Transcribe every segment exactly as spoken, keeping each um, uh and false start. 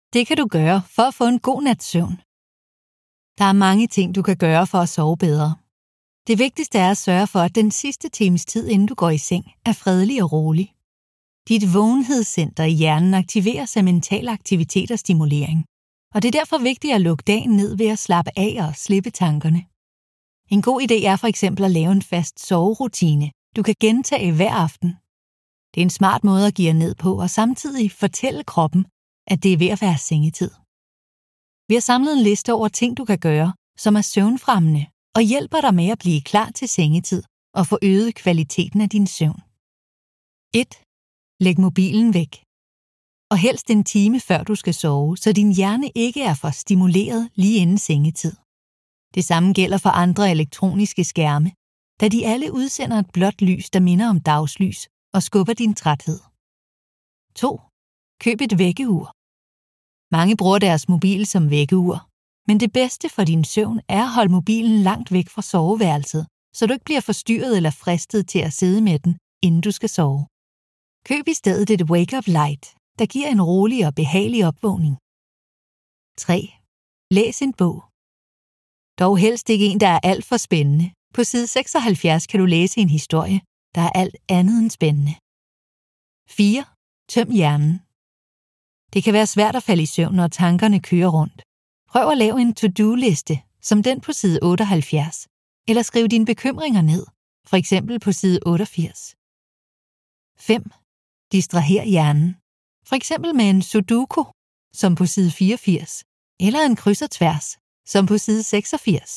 Det kan du gøre for at få en god nats søvn. Der er mange ting, du kan gøre for at sove bedre. Det vigtigste er at sørge for, at den sidste times tid, inden du går i seng, er fredelig og rolig. Dit vågenhedscenter i hjernen aktiveres af mental aktivitet og stimulering, og det er derfor vigtigt at lukke dagen ned ved at slappe af og slippe tankerne. En god idé er for eksempel at lave en fast soverutine, du kan gentage hver aften. Det er en smart måde at give ned på og samtidig fortælle kroppen, at det er ved at være sengetid. Vi har samlet en liste over ting, du kan gøre, som er søvnfremmende og hjælper dig med at blive klar til sengetid og få øget kvaliteten af din søvn. et. Læg mobilen væk. Og helst en time før du skal sove, så din hjerne ikke er for stimuleret lige inden sengetid. Det samme gælder for andre elektroniske skærme, da de alle udsender et blåt lys, der minder om dagslys og skubber din træthed. to. Køb et vækkeur. Mange bruger deres mobil som vækkeur, men det bedste for din søvn er at holde mobilen langt væk fra soveværelset, så du ikke bliver forstyrret eller fristet til at sidde med den, inden du skal sove. Køb i stedet et wake-up light, der giver en rolig og behagelig opvågning. tre. Læs en bog. Dog helst ikke en, der er alt for spændende. På side seksoghalvfjerds kan du læse en historie, der er alt andet end spændende. fire. Tøm hjernen. Det kan være svært at falde i søvn, når tankerne kører rundt. Prøv at lave en to-do-liste, som den på side otteoghalvfjerds, eller skriv dine bekymringer ned, for eksempel på side otteogfirs. fem. Distraher hjernen, for eksempel med en sudoku, som på side fireogfirs, eller en kryds og tværs, som på side seksogfirs.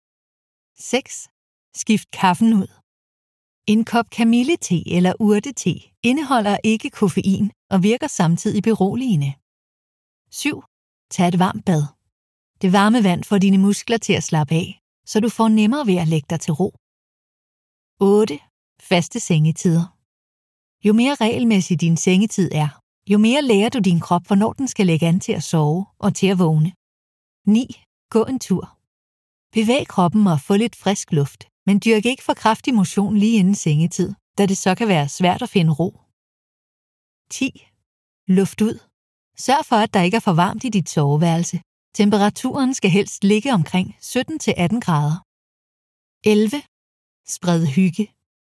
seks. Skift kaffen ud. En kop kamillete eller urtete indeholder ikke koffein og virker samtidig beroligende. syv. Tag et varmt bad. Det varme vand får dine muskler til at slappe af, så du får nemmere ved at lægge dig til ro. otte. Faste sengetider. Jo mere regelmæssig din sengetid er, jo mere lærer du din krop, hvornår den skal lægge an til at sove og til at vågne. ni. Gå en tur. Bevæg kroppen og få lidt frisk luft, men dyrk ikke for kraftig motion lige inden sengetid, da det så kan være svært at finde ro. ti. Luft ud. Sørg for, at der ikke er for varmt i dit soveværelse. Temperaturen skal helst ligge omkring sytten til atten grader. elleve. Spred hygge.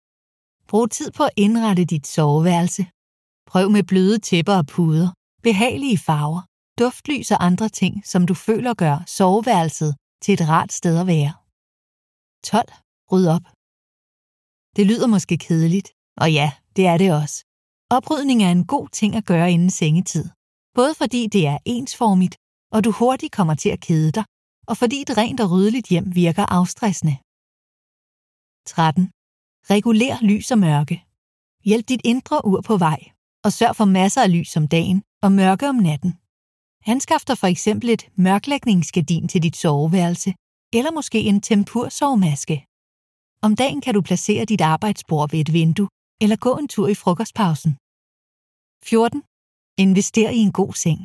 Brug tid på at indrette dit soveværelse. Prøv med bløde tæpper og puder, behagelige farver, duftlys og andre ting, som du føler gør soveværelset til et rart sted at være. tolv. Ryd op. Det lyder måske kedeligt, og ja, det er det også. Oprydning er en god ting at gøre inden sengetid, både fordi det er ensformigt, og du hurtigt kommer til at kede dig, og fordi et rent og ryddeligt hjem virker afstressende. tretten. Reguler lys og mørke. Hjælp dit indre ur på vej, og sørg for masser af lys om dagen og mørke om natten. Anskaf dig for eksempel et mørklægningsgardin til dit soveværelse, eller måske en tempursovemaske. Om dagen kan du placere dit arbejdsbord ved et vindue, eller gå en tur i frokostpausen. fjorten. Invester i en god seng.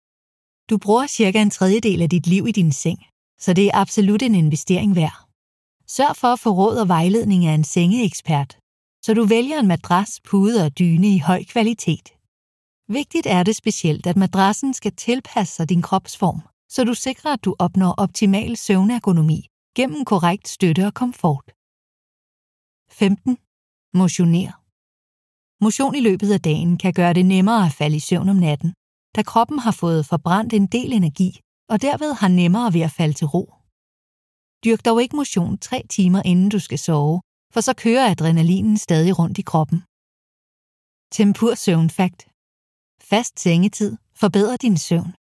Du bruger cirka en tredjedel af dit liv i din seng, så det er absolut en investering værd. Sørg for at få råd og vejledning af en sengeekspert, så du vælger en madras, pude og dyne i høj kvalitet. Vigtigt er det specielt, at madrassen skal tilpasse sig din kropsform, så du sikrer, at du opnår optimal søvnergonomi gennem korrekt støtte og komfort. femten. Motioner. Motion i løbet af dagen kan gøre det nemmere at falde i søvn om natten, da kroppen har fået forbrændt en del energi og derved har nemmere ved at falde til ro. Dyrk dog ikke motion tre timer inden du skal sove, for så kører adrenalinen stadig rundt i kroppen. Tempur søvnfakt. Fast sengetid forbedrer din søvn.